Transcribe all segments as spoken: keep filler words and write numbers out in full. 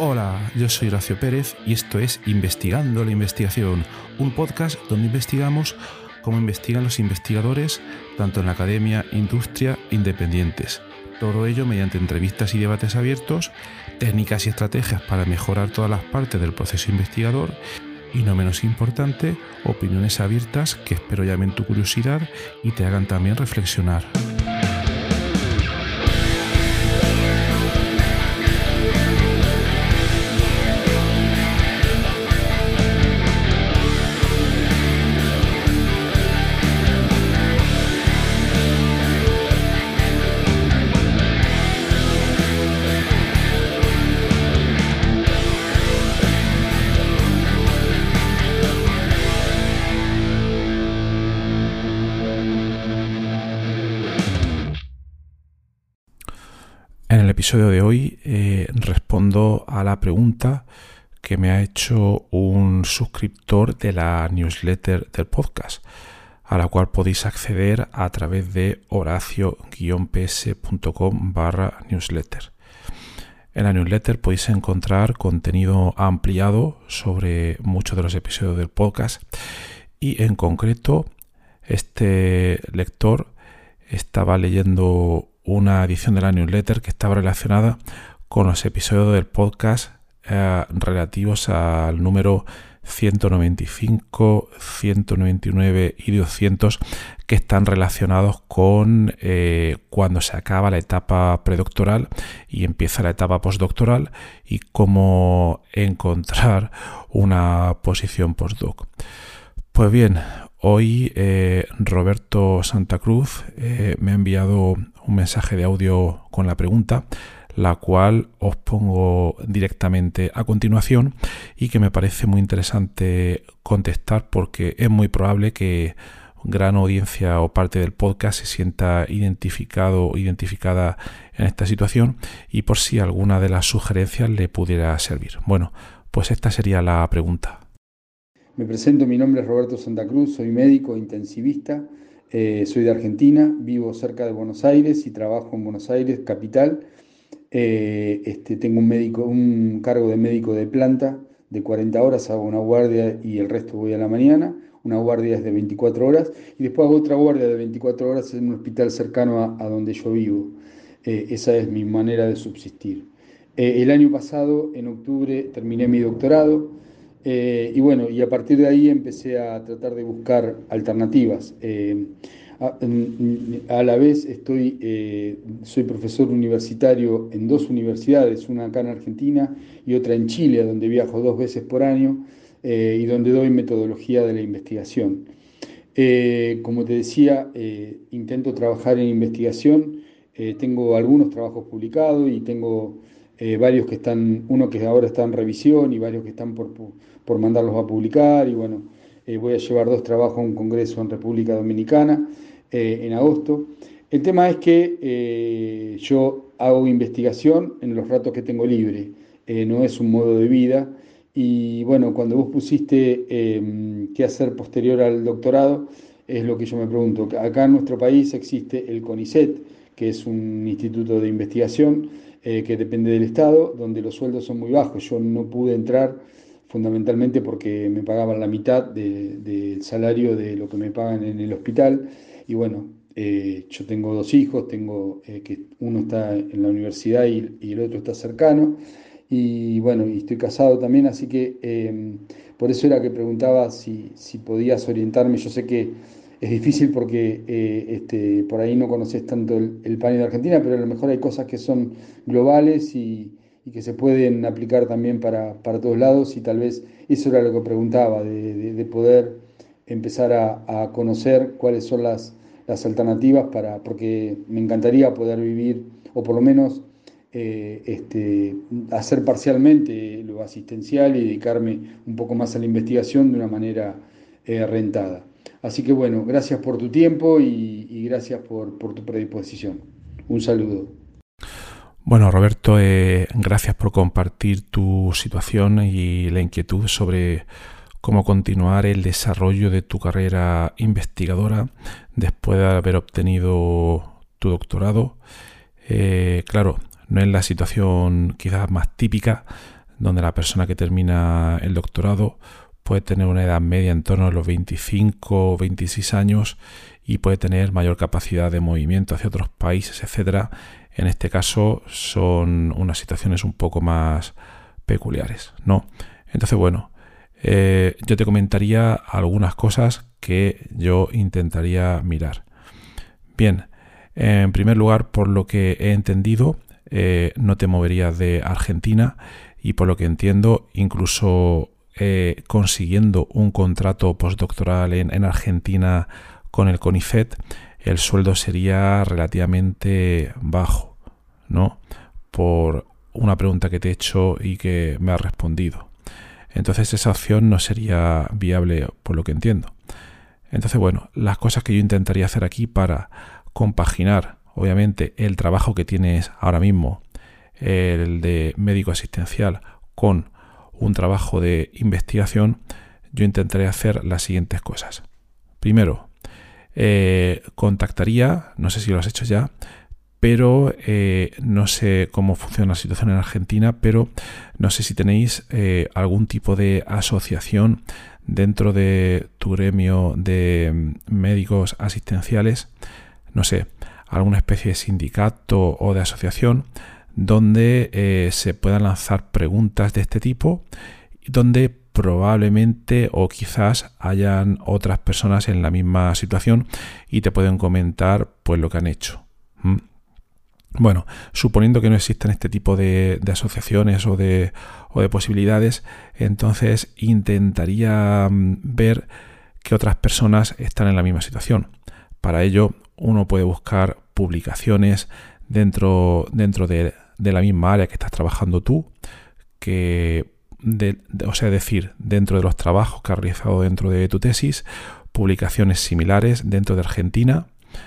Hola, yo soy Horacio Pérez y esto es Investigando la Investigación, un podcast donde investigamos cómo investigan los investigadores, tanto en la academia, industria, independientes. Todo ello mediante entrevistas y debates abiertos, técnicas y estrategias para mejorar todas las partes del proceso investigador y, no menos importante, opiniones abiertas que espero llamen tu curiosidad y te hagan también reflexionar. En el episodio de hoy eh, respondo a la pregunta que me ha hecho un suscriptor de la newsletter del podcast, a la cual podéis acceder a través de horacio-ps.com barra newsletter. En la newsletter podéis encontrar contenido ampliado sobre muchos de los episodios del podcast y en concreto este lector estaba leyendo una edición de la newsletter que estaba relacionada con los episodios del podcast eh, relativos al número ciento noventa y cinco, ciento noventa y nueve y doscientos, que están relacionados con eh, cuando se acaba la etapa predoctoral y empieza la etapa postdoctoral y cómo encontrar una posición postdoc. Pues bien, hoy eh, Roberto Santa Cruz eh, me ha enviado un mensaje de audio con la pregunta, la cual os pongo directamente a continuación y que me parece muy interesante contestar porque es muy probable que gran audiencia o parte del podcast se sienta identificado o identificada en esta situación y por si alguna de las sugerencias le pudiera servir. Bueno, pues esta sería la pregunta. Me presento, mi nombre es Roberto Santa Cruz, soy médico intensivista, eh, soy de Argentina, vivo cerca de Buenos Aires y trabajo en Buenos Aires, capital. Eh, este, tengo un, médico, un cargo de médico de planta de cuarenta horas, hago una guardia y el resto voy a la mañana. Una guardia es de veinticuatro horas y después hago otra guardia de veinticuatro horas en un hospital cercano a, a donde yo vivo. Eh, esa es mi manera de subsistir. Eh, el año pasado, en octubre, terminé mi doctorado. Eh, y bueno, y a partir de ahí empecé a tratar de buscar alternativas. Eh, a, a la vez estoy, eh, soy profesor universitario en dos universidades, una acá en Argentina y otra en Chile, donde viajo dos veces por año eh, y donde doy metodología de la investigación. Eh, como te decía, eh, intento trabajar en investigación, eh, tengo algunos trabajos publicados y tengo eh, varios que están, uno que ahora está en revisión y varios que están por, por mandarlos a publicar y bueno, eh, voy a llevar dos trabajos a un congreso en República Dominicana eh, en agosto. El tema es que eh, yo hago investigación en los ratos que tengo libre, eh, no es un modo de vida. Y bueno, cuando vos pusiste eh, qué hacer posterior al doctorado, es lo que yo me pregunto. Acá en nuestro país existe el CONICET, que es un instituto de investigación eh, que depende del Estado, donde los sueldos son muy bajos. Yo no pude entrar fundamentalmente porque me pagaban la mitad del de, de salario de lo que me pagan en el hospital. Y bueno, eh, yo tengo dos hijos, tengo eh, que uno está en la universidad y, y el otro está cercano. Y bueno, y estoy casado también, así que eh, por eso era que preguntaba si, si podías orientarme. Yo sé que es difícil porque eh, este, por ahí no conoces tanto el, el panel de Argentina, pero a lo mejor hay cosas que son globales y, y que se pueden aplicar también para, para todos lados y tal vez eso era lo que preguntaba, de, de, de poder empezar a, a conocer cuáles son las, las alternativas, para, porque me encantaría poder vivir, o por lo menos Eh, este, hacer parcialmente lo asistencial y dedicarme un poco más a la investigación de una manera eh, rentada. Así que bueno, gracias por tu tiempo y, y gracias por, por tu predisposición. Un saludo. Bueno, Roberto, eh, gracias por compartir tu situación y la inquietud sobre cómo continuar el desarrollo de tu carrera investigadora después de haber obtenido tu doctorado. Eh, claro, no es la situación quizás más típica donde la persona que termina el doctorado puede tener una edad media en torno a los veinticinco o veintiséis años y puede tener mayor capacidad de movimiento hacia otros países, etcétera. En este caso son unas situaciones un poco más peculiares, ¿no? Entonces, bueno, eh, yo te comentaría algunas cosas que yo intentaría mirar. Bien, en primer lugar, por lo que he entendido, eh, no te moverías de Argentina y por lo que entiendo, incluso eh, consiguiendo un contrato postdoctoral en, en Argentina con el CONICET, el sueldo sería relativamente bajo, ¿no? Por una pregunta que te he hecho y que me has respondido. Entonces esa opción no sería viable por lo que entiendo. Entonces, bueno, las cosas que yo intentaría hacer aquí para compaginar, obviamente, el trabajo que tienes ahora mismo, el de médico asistencial, con un trabajo de investigación, yo intentaré hacer las siguientes cosas. Primero, eh, contactaría, no sé si lo has hecho ya, pero eh, no sé cómo funciona la situación en Argentina, pero no sé si tenéis eh, algún tipo de asociación dentro de tu gremio de médicos asistenciales, no sé, alguna especie de sindicato o de asociación donde eh, se puedan lanzar preguntas de este tipo, donde probablemente o quizás hayan otras personas en la misma situación y te pueden comentar pues lo que han hecho. ¿Mm? Bueno, suponiendo que no existan este tipo de, de asociaciones o de, o de posibilidades, entonces intentaría ver qué otras personas están en la misma situación. Para ello, uno puede buscar publicaciones dentro, dentro de, de la misma área que estás trabajando tú, que de, de, o sea, decir, dentro de los trabajos que has realizado dentro de tu tesis, publicaciones similares dentro de Argentina.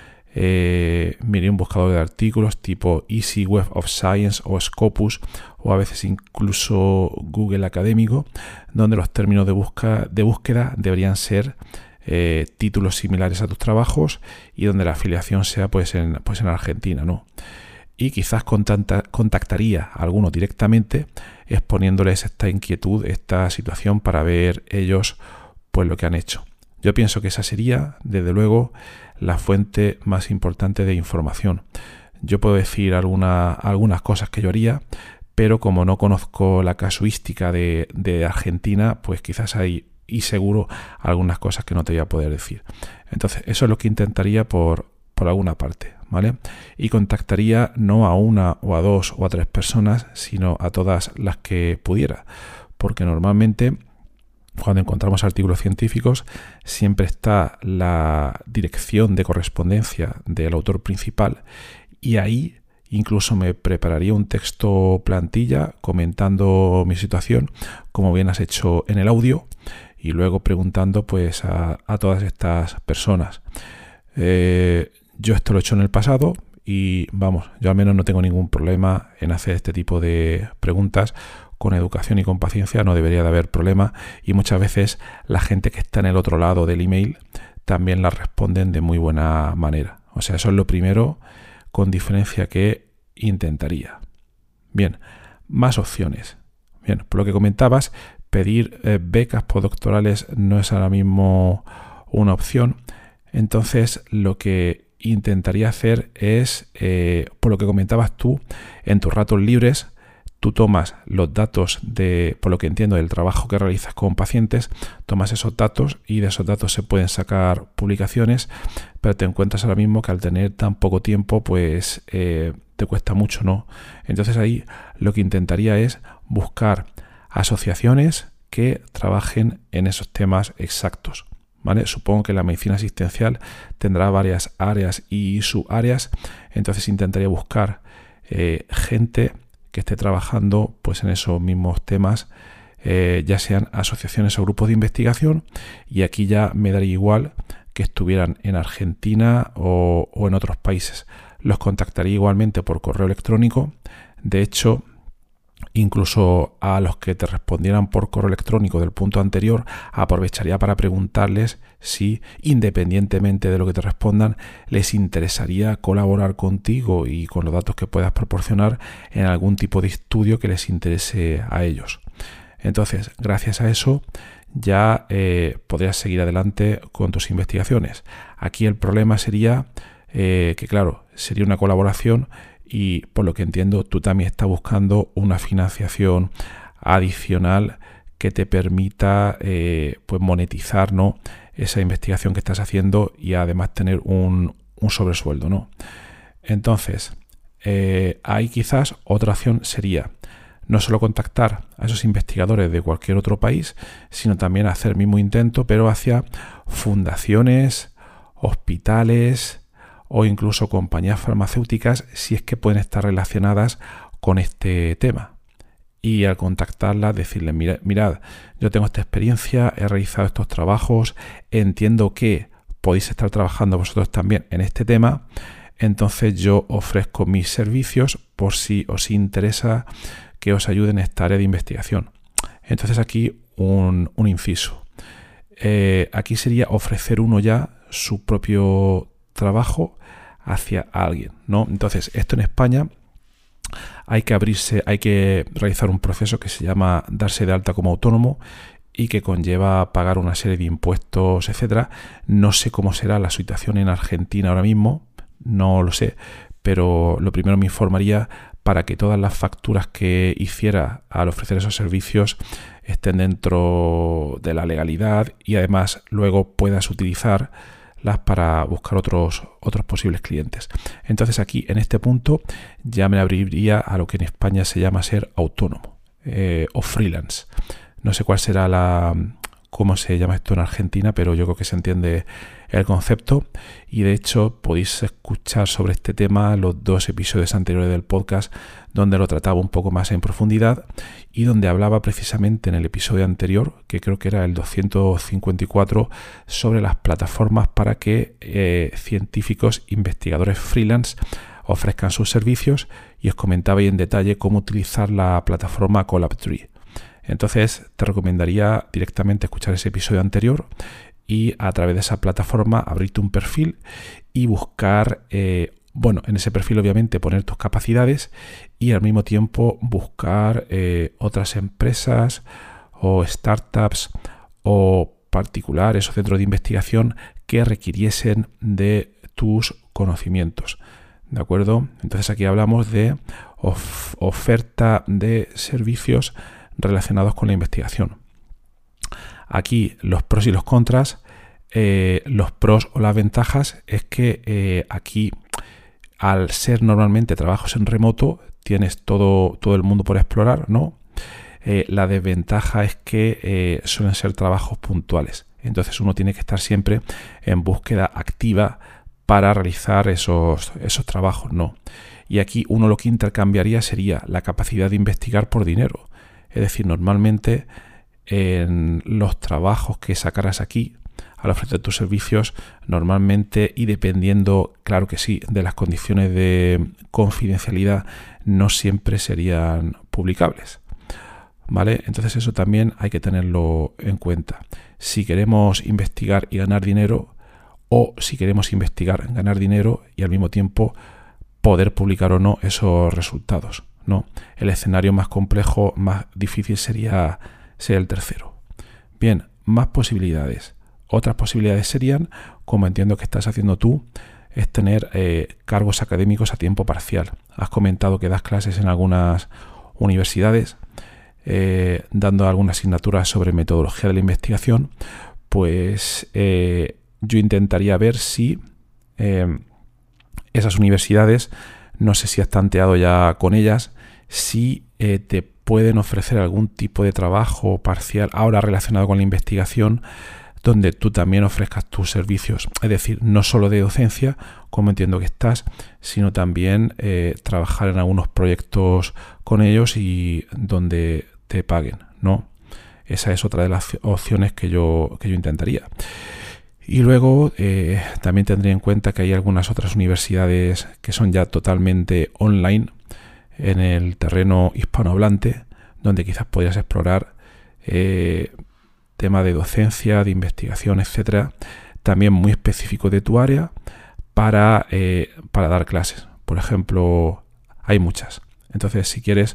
Eh, miré un buscador de artículos tipo Easy Web of Science o Scopus, o a veces incluso Google Académico, donde los términos de, busca, de búsqueda deberían ser eh, títulos similares a tus trabajos y donde la afiliación sea pues en, pues en Argentina, ¿no? Y quizás contacta, contactaría a algunos directamente exponiéndoles esta inquietud, esta situación, para ver ellos pues lo que han hecho. Yo pienso que esa sería, desde luego, la fuente más importante de información. Yo puedo decir alguna, algunas cosas que yo haría, pero como no conozco la casuística de, de Argentina, pues quizás hay, y seguro, algunas cosas que no te voy a poder decir. Entonces, eso es lo que intentaría por, por alguna parte, ¿vale? Y contactaría no a una o a dos o a tres personas, sino a todas las que pudiera, porque normalmente cuando encontramos artículos científicos siempre está la dirección de correspondencia del autor principal y ahí incluso me prepararía un texto plantilla comentando mi situación, como bien has hecho en el audio, y luego preguntando pues a, a todas estas personas. Eh, yo esto lo he hecho en el pasado y vamos, yo al menos no tengo ningún problema en hacer este tipo de preguntas. Con educación y con paciencia no debería de haber problema, y muchas veces la gente que está en el otro lado del email también la responden de muy buena manera. O sea, eso es lo primero, con diferencia, que intentaría. Bien, más opciones. Bien, por lo que comentabas, pedir eh, becas postdoctorales no es ahora mismo una opción. Entonces, lo que intentaría hacer es, eh, por lo que comentabas tú, en tus ratos libres, tú tomas los datos de, por lo que entiendo, del trabajo que realizas con pacientes, tomas esos datos y de esos datos se pueden sacar publicaciones, pero te encuentras ahora mismo que al tener tan poco tiempo, pues eh, te cuesta mucho, ¿no? Entonces ahí lo que intentaría es buscar asociaciones que trabajen en esos temas exactos, ¿vale? Supongo que la medicina asistencial tendrá varias áreas y subáreas, entonces intentaría buscar eh, gente que esté trabajando pues en esos mismos temas, eh, ya sean asociaciones o grupos de investigación, y aquí ya me daría igual que estuvieran en Argentina o, o en otros países. Los contactaría igualmente por correo electrónico. De hecho, incluso a los que te respondieran por correo electrónico del punto anterior, aprovecharía para preguntarles si, independientemente de lo que te respondan, les interesaría colaborar contigo y con los datos que puedas proporcionar en algún tipo de estudio que les interese a ellos. Entonces, gracias a eso ya eh, podrías seguir adelante con tus investigaciones. Aquí el problema sería eh, que, claro, sería una colaboración y, por lo que entiendo, tú también estás buscando una financiación adicional que te permita eh, pues monetizar, ¿no?, esa investigación que estás haciendo y además tener un, un sobresueldo, ¿no? Entonces, eh, ahí quizás otra opción sería no solo contactar a esos investigadores de cualquier otro país, sino también hacer el mismo intento, pero hacia fundaciones, hospitales o incluso compañías farmacéuticas, si es que pueden estar relacionadas con este tema. Y al contactarlas, decirles, mirad, mirad, yo tengo esta experiencia, he realizado estos trabajos, entiendo que podéis estar trabajando vosotros también en este tema, entonces yo ofrezco mis servicios por si os interesa que os ayude en esta área de investigación. Entonces aquí un, un inciso. Eh, aquí sería ofrecer uno ya su propio trabajo hacia alguien, ¿no? Entonces, esto en España hay que abrirse, hay que realizar un proceso que se llama darse de alta como autónomo y que conlleva pagar una serie de impuestos, etcétera. No sé cómo será la situación en Argentina ahora mismo, no lo sé, pero lo primero me informaría para que todas las facturas que hiciera al ofrecer esos servicios estén dentro de la legalidad y además luego puedas utilizarlas para buscar otros, otros posibles clientes. Entonces aquí en este punto ya me abriría a lo que en España se llama ser autónomo eh, o freelance. No sé cuál será la... cómo se llama esto en Argentina, pero yo creo que se entiende el concepto y de hecho podéis escuchar sobre este tema los dos episodios anteriores del podcast donde lo trataba un poco más en profundidad y donde hablaba precisamente en el episodio anterior, que creo que era el doscientos cincuenta y cuatro, sobre las plataformas para que eh, científicos, investigadores freelance ofrezcan sus servicios y os comentaba ahí en detalle cómo utilizar la plataforma CollabTree. Entonces te recomendaría directamente escuchar ese episodio anterior y a través de esa plataforma abrirte un perfil y buscar, eh, bueno, en ese perfil obviamente poner tus capacidades y al mismo tiempo buscar eh, otras empresas o startups o particulares o centros de investigación que requiriesen de tus conocimientos. ¿De acuerdo? Entonces aquí hablamos de of- oferta de servicios relacionados con la investigación. Aquí los pros y los contras. Eh, los pros o las ventajas es que eh, aquí, al ser normalmente trabajos en remoto, tienes todo, todo el mundo por explorar, ¿no? Eh, la desventaja es que eh, suelen ser trabajos puntuales. Entonces uno tiene que estar siempre en búsqueda activa para realizar esos, esos trabajos, ¿no? Y aquí uno lo que intercambiaría sería la capacidad de investigar por dinero. Es decir, normalmente en los trabajos que sacaras aquí, al ofrecer tus servicios, normalmente y dependiendo, claro que sí, de las condiciones de confidencialidad, no siempre serían publicables. ¿Vale? Entonces eso también hay que tenerlo en cuenta. Si queremos investigar y ganar dinero, o si queremos investigar, ganar dinero y al mismo tiempo poder publicar o no esos resultados, ¿no? El escenario más complejo, más difícil sería, sería el tercero. Bien, más posibilidades. Otras posibilidades serían, como entiendo que estás haciendo tú, es tener eh, cargos académicos a tiempo parcial. Has comentado que das clases en algunas universidades, eh, dando algunas asignaturas sobre metodología de la investigación, pues eh, yo intentaría ver si eh, esas universidades, no sé si has tanteado ya con ellas, si eh, te pueden ofrecer algún tipo de trabajo parcial ahora relacionado con la investigación donde tú también ofrezcas tus servicios. Es decir, no solo de docencia, como entiendo que estás, sino también eh, trabajar en algunos proyectos con ellos y donde te paguen, ¿no? Esa es otra de las opciones que yo, que yo intentaría. Y luego eh, también tendría en cuenta que hay algunas otras universidades que son ya totalmente online en el terreno hispanohablante, donde quizás podrías explorar eh, tema de docencia, de investigación, etcétera, también muy específico de tu área para, eh, para dar clases. Por ejemplo, hay muchas. Entonces, si quieres,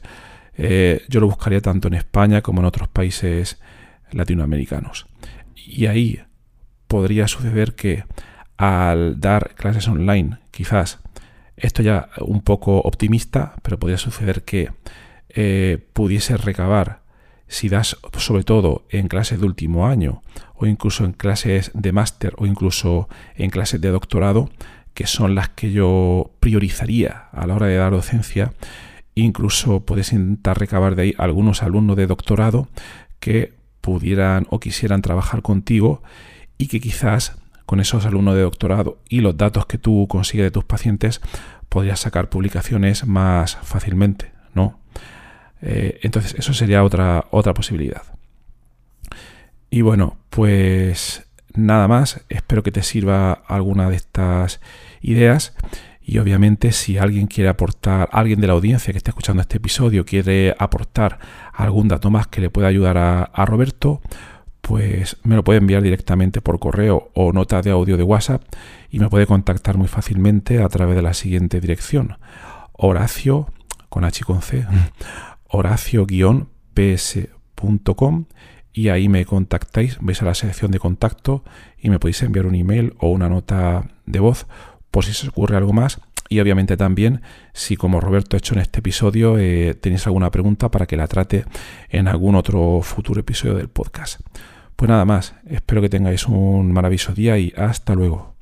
Eh, yo lo buscaría tanto en España como en otros países latinoamericanos. Y ahí podría suceder que al dar clases online, quizás, esto ya un poco optimista, pero podría suceder que eh, pudiese recabar, si das sobre todo en clases de último año o incluso en clases de máster o incluso en clases de doctorado, que son las que yo priorizaría a la hora de dar docencia, incluso puedes intentar recabar de ahí algunos alumnos de doctorado que pudieran o quisieran trabajar contigo y que quizás con esos alumnos de doctorado y los datos que tú consigues de tus pacientes podrías sacar publicaciones más fácilmente, ¿no? Eh, entonces eso sería otra, otra posibilidad. Y bueno, pues nada más. Espero que te sirva alguna de estas ideas. Y obviamente si alguien quiere aportar, alguien de la audiencia que esté escuchando este episodio quiere aportar algún dato más que le pueda ayudar a, a Roberto, pues me lo puede enviar directamente por correo o nota de audio de WhatsApp y me puede contactar muy fácilmente a través de la siguiente dirección: Horacio, con H y con C, horacio guion p s punto com, y ahí me contactáis, vais a la sección de contacto y me podéis enviar un email o una nota de voz por si se os ocurre algo más. Y obviamente también, si como Roberto ha hecho en este episodio, eh, tenéis alguna pregunta para que la trate en algún otro futuro episodio del podcast. Pues nada más, espero que tengáis un maravilloso día y hasta luego.